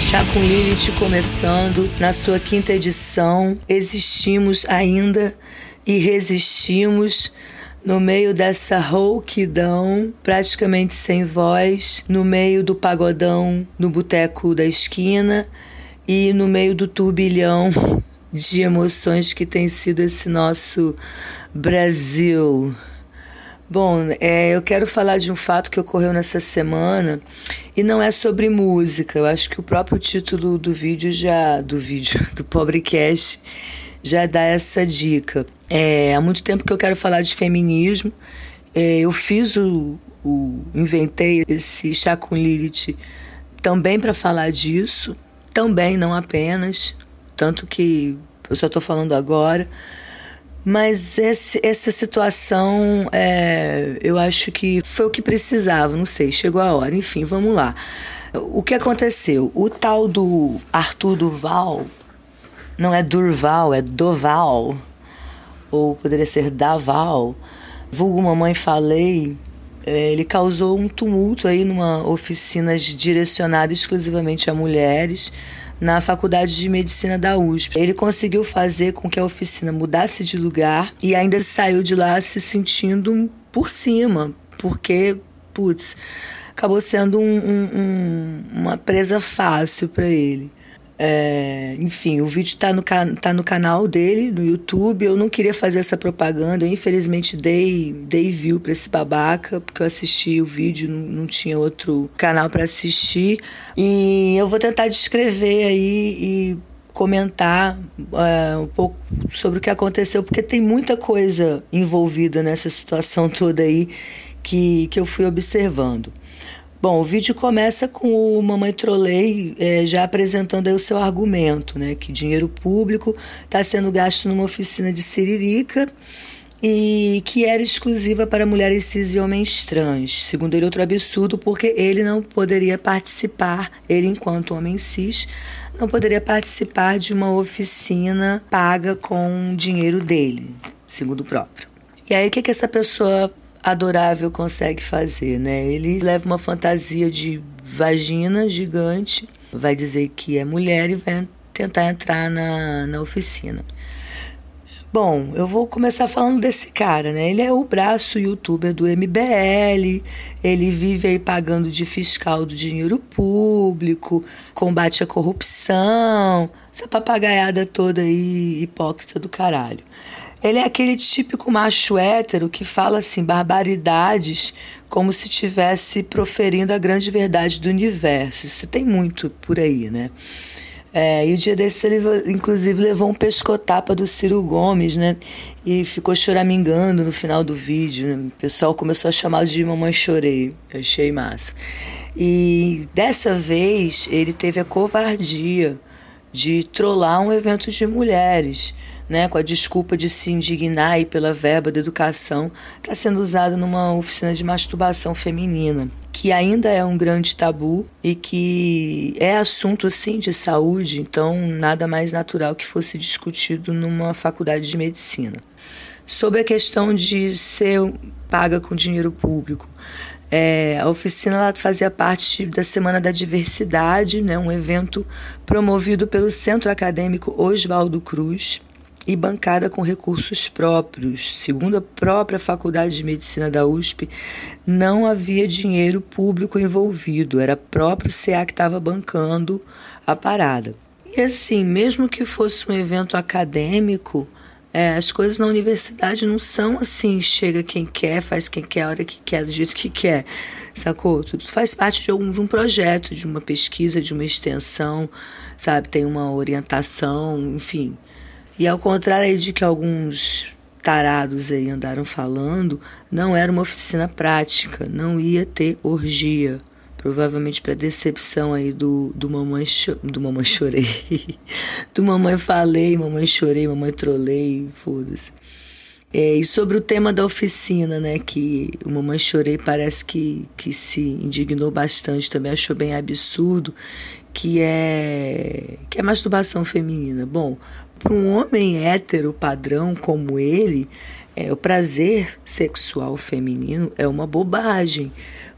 Chá com Lilith começando na sua 5ª edição. Existimos ainda e resistimos no meio dessa rouquidão, praticamente sem voz, no meio do pagodão no boteco da esquina e no meio do turbilhão de emoções que tem sido esse nosso Brasil. Bom, eu quero falar de um fato que ocorreu nessa semana e não é sobre música. Eu acho que o próprio título do do Pobrecast já dá essa dica. Há muito tempo que eu quero falar de feminismo. Eu inventei esse Chá com Lilith também para falar disso, também, não apenas, tanto que eu só estou falando agora. Mas essa situação, eu acho que foi o que precisava, não sei, chegou a hora. Enfim, vamos lá. O que aconteceu? O tal do Arthur Duval, não é Durval, é Doval, ou poderia ser Daval, vulgo Mamãe Falei, ele causou um tumulto aí numa oficina direcionada exclusivamente a mulheres, na Faculdade de Medicina da USP. Ele conseguiu fazer com que a oficina mudasse de lugar e ainda saiu de lá se sentindo por cima, porque, acabou sendo uma presa fácil para ele. Enfim, o vídeo tá no canal dele, no YouTube. Eu não queria fazer essa propaganda, eu infelizmente dei view pra esse babaca, porque eu assisti o vídeo, não tinha outro canal para assistir. E eu vou tentar descrever aí e comentar um pouco sobre o que aconteceu, porque tem muita coisa envolvida nessa situação toda aí que eu fui observando. Bom, o vídeo começa com o Mamãe Trolei já apresentando aí o seu argumento, né? Que dinheiro público está sendo gasto numa oficina de Siririca e que era exclusiva para mulheres cis e homens trans. Segundo ele, outro absurdo, porque ele não poderia participar, ele enquanto homem cis, não poderia participar de uma oficina paga com dinheiro dele, segundo o próprio. E aí o que essa pessoa adorável consegue fazer, né? Ele leva uma fantasia de vagina gigante, vai dizer que é mulher e vai tentar entrar na oficina. Bom, eu vou começar falando desse cara, né? Ele é o braço youtuber do MBL, ele vive aí pagando de fiscal do dinheiro público, combate à corrupção, essa papagaiada toda aí, hipócrita do caralho. Ele é aquele típico macho hétero que fala assim, barbaridades, como se estivesse proferindo a grande verdade do universo. Isso tem muito por aí, né? E o dia desse ele, inclusive, levou um pescotapa do Ciro Gomes, né? E ficou choramingando no final do vídeo, né? O pessoal começou a chamar de Mamãe Chorei. Eu achei massa. E dessa vez ele teve a covardia de trollar um evento de mulheres, né, com a desculpa de se indignar aí pela verba da educação que está sendo usada numa oficina de masturbação feminina, que ainda é um grande tabu e que é assunto, sim, de saúde, então nada mais natural que fosse discutido numa faculdade de medicina. Sobre a questão de ser paga com dinheiro público, a oficina ela fazia parte da Semana da Diversidade, né, um evento promovido pelo Centro Acadêmico Oswaldo Cruz, e bancada com recursos próprios. Segundo a própria Faculdade de Medicina da USP, não havia dinheiro público envolvido, era próprio CA que estava bancando a parada. E assim, mesmo que fosse um evento acadêmico, as coisas na universidade não são assim, chega quem quer, faz quem quer, a hora que quer, do jeito que quer, sacou? Tudo faz parte de um projeto, de uma pesquisa, de uma extensão, sabe? Tem uma orientação, enfim. E ao contrário de que alguns tarados aí andaram falando, não era uma oficina prática, não ia ter orgia. Provavelmente para decepção aí do Mamãe Chorei, do Mamãe Falei, Mamãe Chorei, Mamãe Trolei, foda-se. E sobre o tema da oficina, né, que o Mamãe Chorei parece que se indignou bastante, também achou bem absurdo, que é masturbação feminina. Bom, para um homem hétero padrão como ele, o prazer sexual feminino é uma bobagem,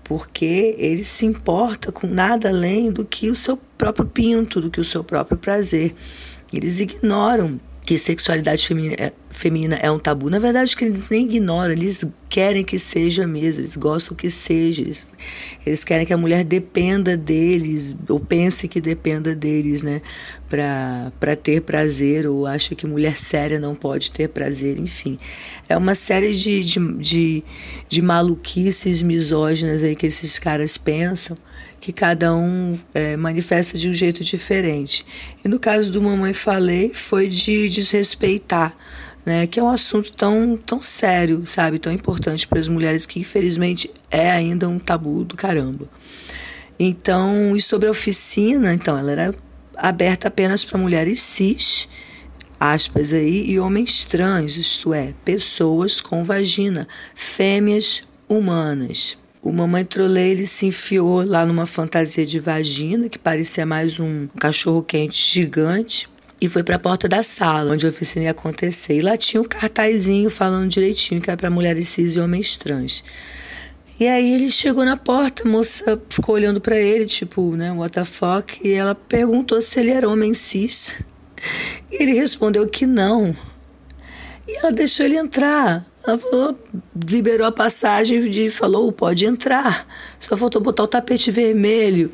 porque ele se importa com nada além do que o seu próprio pinto, do que o seu próprio prazer. Eles ignoram que sexualidade feminina é um tabu. Na verdade, que eles nem ignoram, eles querem que seja mesmo, eles gostam que seja, eles querem que a mulher dependa deles, ou pense que dependa deles, né, para ter prazer, ou acha que mulher séria não pode ter prazer, enfim. É uma série de maluquices misóginas aí que esses caras pensam, que cada um manifesta de um jeito diferente. E no caso do Mamãe Falei, foi de desrespeitar, né, que é um assunto tão sério, sabe, tão importante para as mulheres, que infelizmente é ainda um tabu do caramba. Então, e sobre a oficina, então, ela era aberta apenas para mulheres cis, aspas aí, e homens trans, isto é, pessoas com vagina, fêmeas humanas. O Mamãe Trolei, ele se enfiou lá numa fantasia de vagina, que parecia mais um cachorro-quente gigante, e foi para a porta da sala, onde a oficina ia acontecer. E lá tinha um cartazinho falando direitinho que era para mulheres cis e homens trans. E aí ele chegou na porta, a moça ficou olhando para ele, tipo, né, what the fuck, e ela perguntou se ele era homem cis. E ele respondeu que não. E ela deixou ele entrar. Ela falou, liberou a passagem e falou, pode entrar. Só faltou botar o tapete vermelho.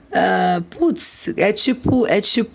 É tipo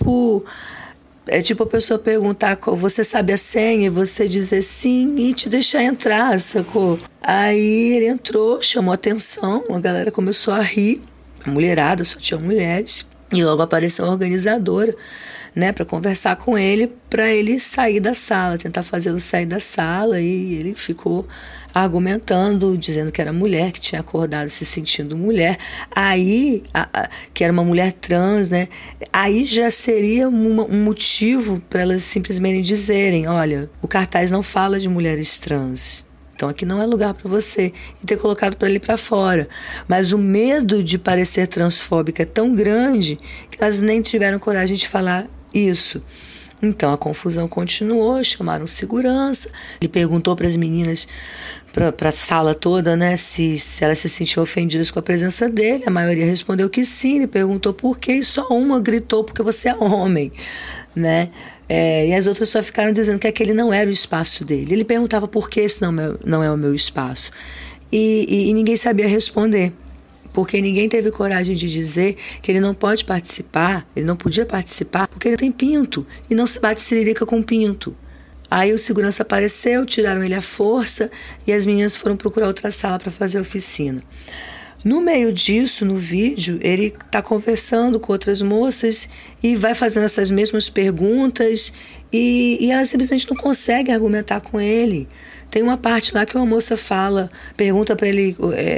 a pessoa perguntar, você sabe a senha? E você dizer sim e te deixar entrar, sacou? Aí ele entrou, chamou atenção, a galera começou a rir. A mulherada, só tinha mulheres. E logo apareceu a organizadora, né, para conversar com ele, para ele sair da sala, tentar fazê-lo sair da sala, e ele ficou argumentando, dizendo que era mulher, que tinha acordado se sentindo mulher, aí, que era uma mulher trans, né, aí já seria um motivo para elas simplesmente dizerem, olha, o cartaz não fala de mulheres trans, então aqui não é lugar para você, e ter colocado para ali para fora. Mas o medo de parecer transfóbica é tão grande que elas nem tiveram coragem de falar isso. Então a confusão continuou, chamaram segurança, ele perguntou para as meninas, para a sala toda, né, se elas se sentiam ofendidas com a presença dele. A maioria respondeu que sim. Ele perguntou por quê e só uma gritou porque você é homem, né? E as outras só ficaram dizendo que aquele não era o espaço dele. Ele perguntava por que esse não é o meu espaço. E ninguém sabia responder, porque ninguém teve coragem de dizer que ele não pode participar, ele não podia participar, porque ele tem pinto e não se bate siririca com pinto. Aí o segurança apareceu, tiraram ele à força e as meninas foram procurar outra sala para fazer a oficina. No meio disso, no vídeo, ele está conversando com outras moças e vai fazendo essas mesmas perguntas e elas simplesmente não conseguem argumentar com ele. Tem uma parte lá que uma moça pergunta para ele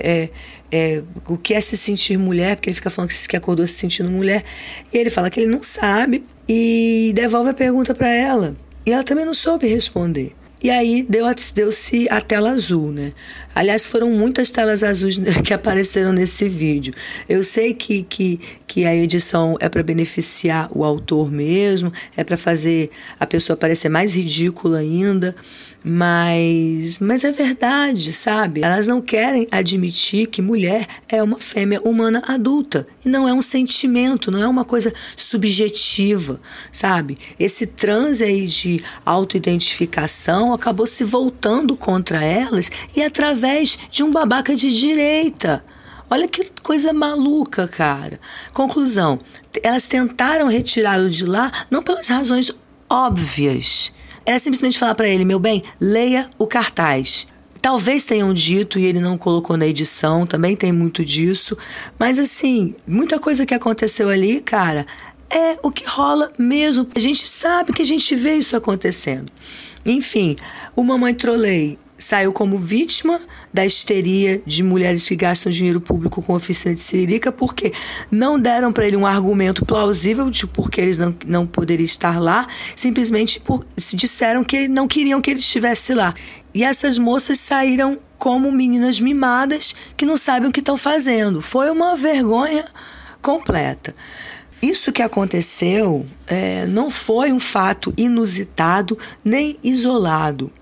o que é se sentir mulher, porque ele fica falando que acordou se sentindo mulher, e ele fala que ele não sabe e devolve a pergunta para ela. E ela também não soube responder. E aí deu-se a tela azul, né? Aliás, foram muitas telas azuis que apareceram nesse vídeo. Eu sei que a edição é para beneficiar o autor mesmo, é para fazer a pessoa parecer mais ridícula ainda, mas é verdade, sabe? Elas não querem admitir que mulher é uma fêmea humana adulta e não é um sentimento, não é uma coisa subjetiva, sabe? Esse transe aí de autoidentificação acabou se voltando contra elas e através de um babaca de direita. Olha que coisa maluca, cara. Conclusão, elas tentaram retirá-lo de lá não pelas razões óbvias. Era simplesmente falar para ele, meu bem, leia o cartaz. Talvez tenham dito e ele não colocou na edição, também tem muito disso. Mas assim, muita coisa que aconteceu ali, cara, é o que rola mesmo. A gente sabe que a gente vê isso acontecendo. Enfim, o Mamãe Trolei saiu como vítima da histeria de mulheres que gastam dinheiro público com oficina de siririca, porque não deram para ele um argumento plausível de por que eles não poderiam estar lá, simplesmente disseram que não queriam que ele estivesse lá. E essas moças saíram como meninas mimadas que não sabem o que estão fazendo. Foi uma vergonha completa. Isso que aconteceu não foi um fato inusitado nem isolado.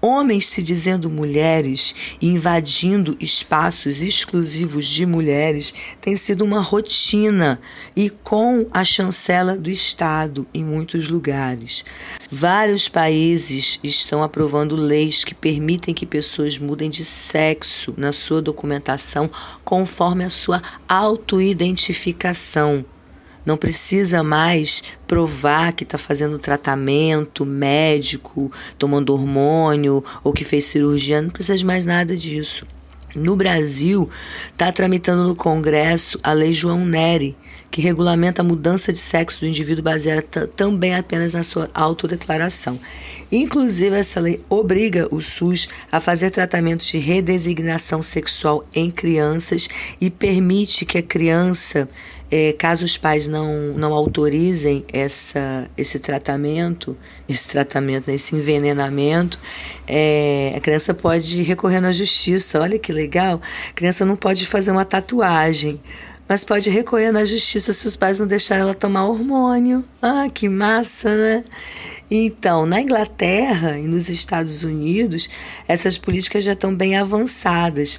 Homens se dizendo mulheres e invadindo espaços exclusivos de mulheres tem sido uma rotina e com a chancela do Estado em muitos lugares. Vários países estão aprovando leis que permitem que pessoas mudem de sexo na sua documentação conforme a sua autoidentificação. Não precisa mais provar que está fazendo tratamento médico, tomando hormônio ou que fez cirurgia. Não precisa de mais nada disso. No Brasil, está tramitando no Congresso a Lei João Nery, que regulamenta a mudança de sexo do indivíduo baseada também apenas na sua autodeclaração. Inclusive, essa lei obriga o SUS a fazer tratamentos de redesignação sexual em crianças e permite que a criança, caso os pais não autorizem esse tratamento, esse envenenamento, a criança pode recorrer na justiça. Olha que legal, a criança não pode fazer uma tatuagem, mas pode recorrer na justiça se os pais não deixarem ela tomar hormônio. Ah, que massa, né? Então, na Inglaterra e nos Estados Unidos, essas políticas já estão bem avançadas.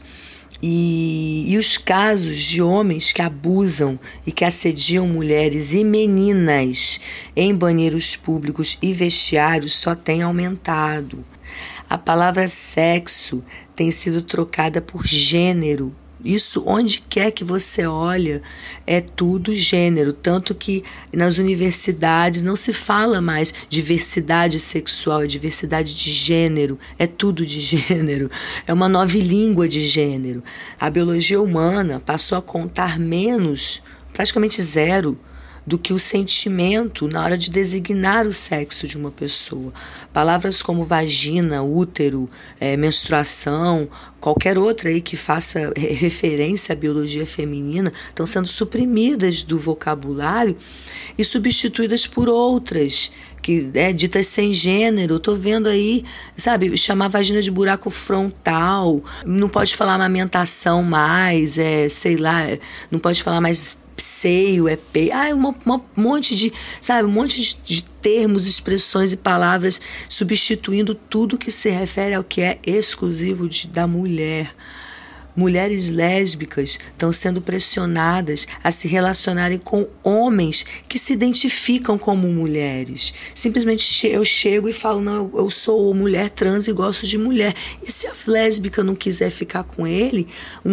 E os casos de homens que abusam e que assediam mulheres e meninas em banheiros públicos e vestiários só têm aumentado. A palavra sexo tem sido trocada por gênero. Isso, onde quer que você olha, é tudo gênero. Tanto que nas universidades não se fala mais diversidade sexual, é diversidade de gênero. É tudo de gênero. É uma nova língua de gênero. A biologia humana passou a contar menos, praticamente zero, do que o sentimento na hora de designar o sexo de uma pessoa. Palavras como vagina, útero, menstruação, qualquer outra aí que faça referência à biologia feminina, estão sendo suprimidas do vocabulário e substituídas por outras, que ditas sem gênero. Estou vendo aí, sabe, chamar vagina de buraco frontal, não pode falar amamentação mais, sei lá, não pode falar mais seio, peito, um monte de, sabe, um monte de termos, expressões e palavras substituindo tudo que se refere ao que é exclusivo da mulher. Mulheres lésbicas estão sendo pressionadas a se relacionarem com homens que se identificam como mulheres. Simplesmente eu chego e falo, não, eu sou mulher trans e gosto de mulher. E se a lésbica não quiser ficar com ele,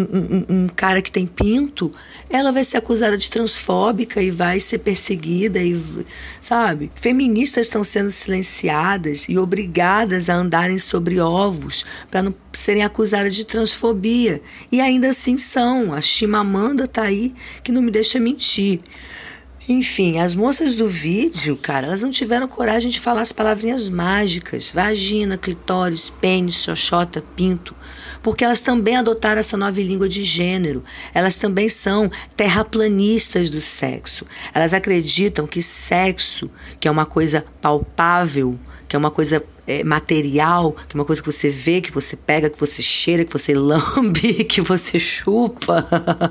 um cara que tem pinto, ela vai ser acusada de transfóbica e vai ser perseguida, sabe? Feministas estão sendo silenciadas e obrigadas a andarem sobre ovos para não serem acusadas de transfobia. E ainda assim são. A Chimamanda tá aí que não me deixa mentir. Enfim, as moças do vídeo, cara, elas não tiveram coragem de falar as palavrinhas mágicas: vagina, clitóris, pênis, xoxota, pinto, porque elas também adotaram essa nova língua de gênero. Elas também são terraplanistas do sexo. Elas acreditam que sexo, que é uma coisa palpável, que é uma coisa material, que é uma coisa que você vê, que você pega, que você cheira, que você lambe, que você chupa,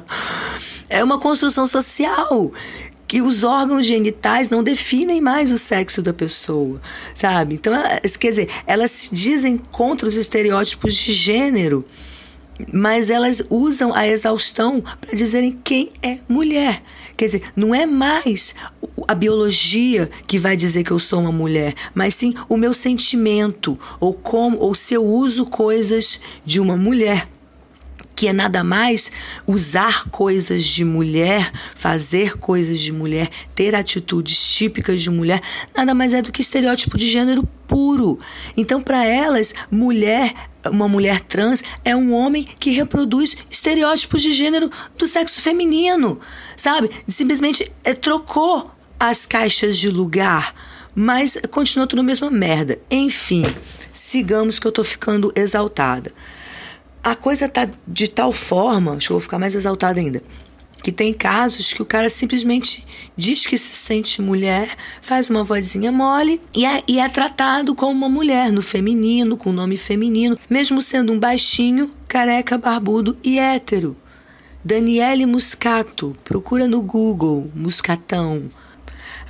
é uma construção social, que os órgãos genitais não definem mais o sexo da pessoa, sabe? Então, quer dizer, elas se dizem contra os estereótipos de gênero, mas elas usam a exaustão para dizerem quem é mulher. Quer dizer, não é mais a biologia que vai dizer que eu sou uma mulher, mas sim o meu sentimento, ou se eu uso coisas de uma mulher, que é nada mais usar coisas de mulher, fazer coisas de mulher, ter atitudes típicas de mulher, nada mais é do que estereótipo de gênero puro. Então, para elas, uma mulher trans é um homem que reproduz estereótipos de gênero do sexo feminino, sabe? Simplesmente trocou as caixas de lugar, mas continua tudo a mesma merda. Enfim, sigamos que eu tô ficando exaltada. A coisa tá de tal forma, acho que eu vou ficar mais exaltada ainda, que tem casos que o cara simplesmente diz que se sente mulher, faz uma vozinha mole e é tratado como uma mulher, no feminino, com nome feminino, mesmo sendo um baixinho, careca, barbudo e hétero. Daniele Muscato, procura no Google, Muscatão.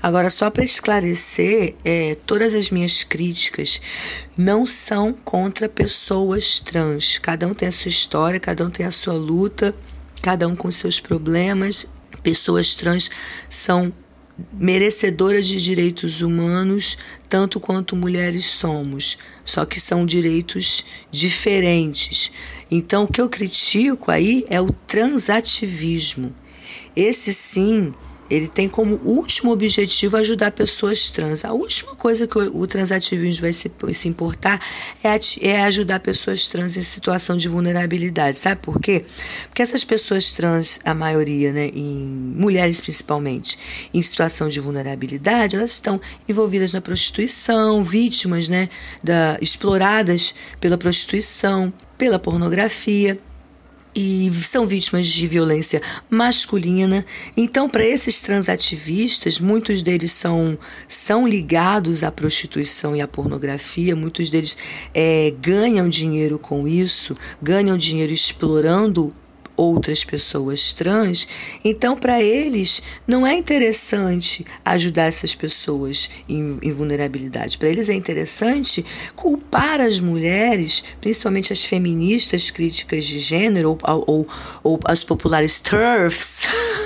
Agora, só para esclarecer, todas as minhas críticas não são contra pessoas trans. Cada um tem a sua história, cada um tem a sua luta, cada um com seus problemas. Pessoas trans são merecedoras de direitos humanos, tanto quanto mulheres somos, só que são direitos diferentes. Então, o que eu critico aí é o transativismo. Esse sim, ele tem como último objetivo ajudar pessoas trans. A última coisa que o transativismo vai se importar é ajudar pessoas trans em situação de vulnerabilidade. Sabe por quê? Porque essas pessoas trans, a maioria, né, mulheres principalmente, em situação de vulnerabilidade, elas estão envolvidas na prostituição, vítimas, né, exploradas pela prostituição, pela pornografia, e são vítimas de violência masculina. Então, para esses transativistas, muitos deles são ligados à prostituição e à pornografia, muitos deles ganham dinheiro com isso, ganham dinheiro explorando outras pessoas trans. Então, para eles, não é interessante ajudar essas pessoas em vulnerabilidade. Para eles é interessante culpar as mulheres, principalmente as feministas críticas de gênero ou as populares TERFs,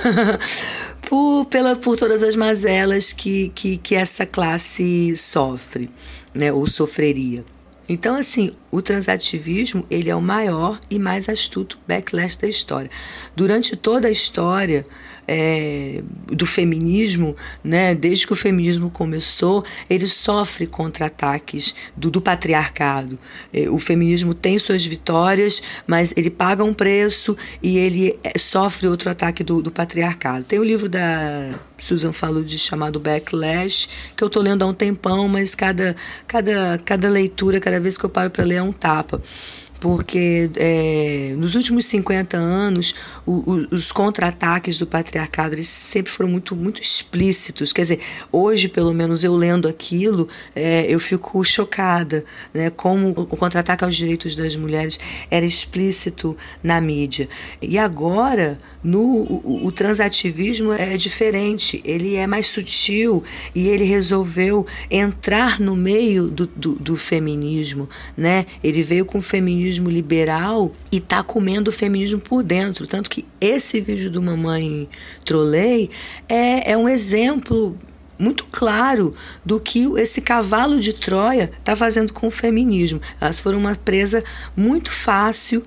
por todas as mazelas que essa classe sofre, né, ou sofreria. Então, assim, o transativismo, ele é o maior e mais astuto backlash da história. Durante toda a história do feminismo, né, desde que o feminismo começou, ele sofre contra-ataques do patriarcado. O feminismo tem suas vitórias, mas ele paga um preço e ele sofre outro ataque do patriarcado. Tem o livro da Susan Faludi chamado Backlash, que eu estou lendo há um tempão, mas cada leitura, cada vez que eu paro para ler, é um tapa. Porque nos últimos 50 anos, os contra-ataques do patriarcado, eles sempre foram muito, muito explícitos. Quer dizer, hoje, pelo menos, eu lendo aquilo, eu fico chocada, né, como o contra-ataque aos direitos das mulheres era explícito na mídia. E agora, o transativismo é diferente, ele é mais sutil e ele resolveu entrar no meio do feminismo, né? Ele veio com o feminismo liberal e tá comendo o feminismo por dentro. Tanto que esse vídeo do Mamãe Trolley é um exemplo muito claro do que esse cavalo de Troia está fazendo com o feminismo. Elas foram uma presa muito fácil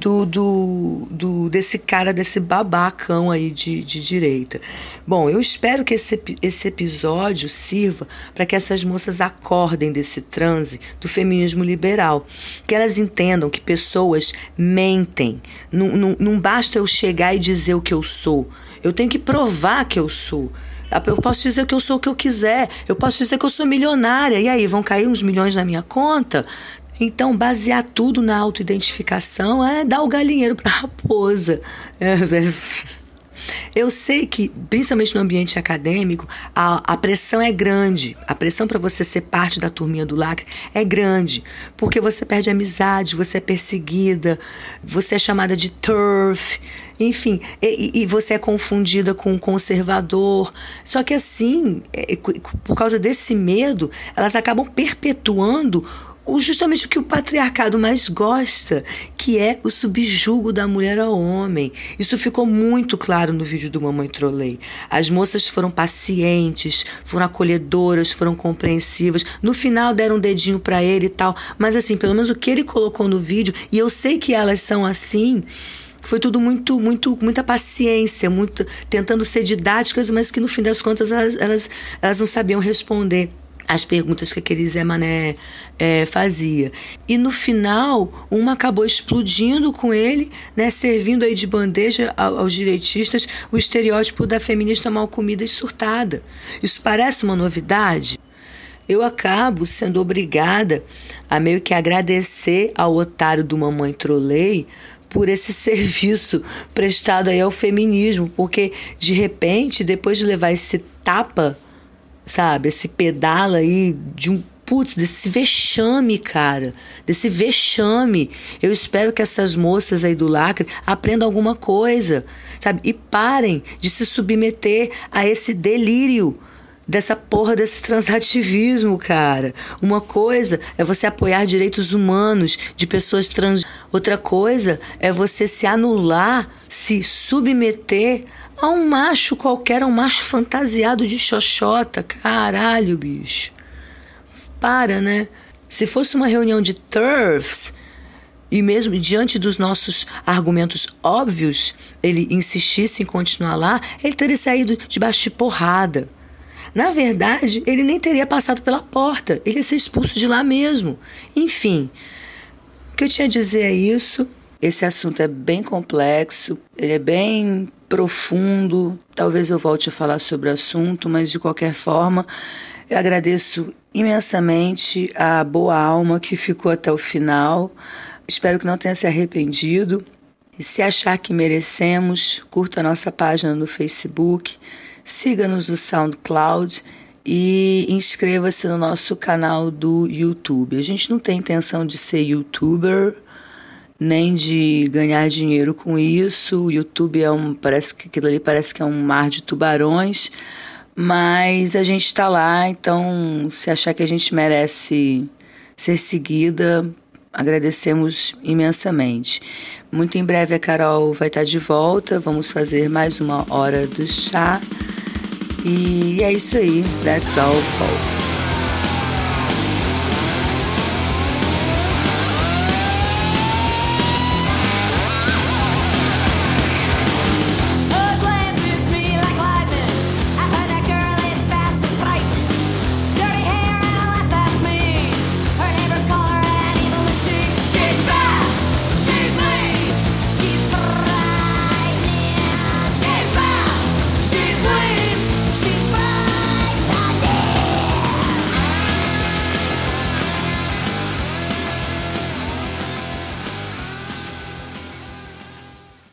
desse cara, desse babacão aí de direita. Bom, eu espero que esse episódio sirva para que essas moças acordem desse transe do feminismo liberal, que elas entendam que pessoas mentem. Não basta eu chegar e dizer o que eu sou, eu tenho que provar que eu sou. Eu posso dizer que eu sou o que eu quiser, eu posso dizer que eu sou milionária, e aí, vão cair uns milhões na minha conta? Então, basear tudo na autoidentificação é dar o galinheiro para a raposa. Eu sei que, principalmente no ambiente acadêmico, a pressão é grande. A pressão para você ser parte da turminha do lacre é grande, porque você perde amizade, você é perseguida, você é chamada de TERF, enfim, e você é confundida com um conservador. Só que assim, por causa desse medo, elas acabam perpetuando justamente o que o patriarcado mais gosta, que é o subjugo da mulher ao homem. Isso ficou muito claro no vídeo do Mamãe Trolley. As moças foram pacientes, foram acolhedoras, foram compreensivas. No final deram um dedinho para ele e tal, mas assim, pelo menos o que ele colocou no vídeo, e eu sei que elas são assim, foi tudo muita paciência, tentando ser didáticas, mas que no fim das contas elas não sabiam responder as perguntas que aquele Zé Mané fazia. E no final, uma acabou explodindo com ele, né, servindo aí de bandeja aos direitistas o estereótipo da feminista mal comida e surtada. Isso parece uma novidade? Eu acabo sendo obrigada a meio que agradecer ao otário do Mamãe Trolley por esse serviço prestado aí ao feminismo, porque de repente, depois de levar esse tapa, sabe, esse pedala aí desse vexame, cara, desse vexame, eu espero que essas moças aí do lacre aprendam alguma coisa, sabe, e parem de se submeter a esse delírio, dessa porra desse transativismo, cara. Uma coisa é você apoiar direitos humanos de pessoas trans. Outra coisa é você se anular, se submeter a um macho qualquer, a um macho fantasiado de xoxota. Caralho, bicho. Para, né? Se fosse uma reunião de TERFs, e mesmo diante dos nossos argumentos óbvios, ele insistisse em continuar lá, ele teria saído debaixo de porrada. Na verdade, ele nem teria passado pela porta, ele ia ser expulso de lá mesmo. Enfim, o que eu tinha a dizer é isso. Esse assunto é bem complexo, ele é bem profundo. Talvez eu volte a falar sobre o assunto, mas de qualquer forma, eu agradeço imensamente a boa alma que ficou até o final. Espero que não tenha se arrependido. E se achar que merecemos, curta a nossa página no Facebook, siga-nos no SoundCloud e inscreva-se no nosso canal do YouTube. A gente não tem intenção de ser youtuber, nem de ganhar dinheiro com isso. O YouTube parece que é um mar de tubarões, mas a gente está lá, então se achar que a gente merece ser seguida, agradecemos imensamente. Muito em breve a Carol vai estar de volta. Vamos fazer mais uma hora do chá. E é isso aí. That's all, folks.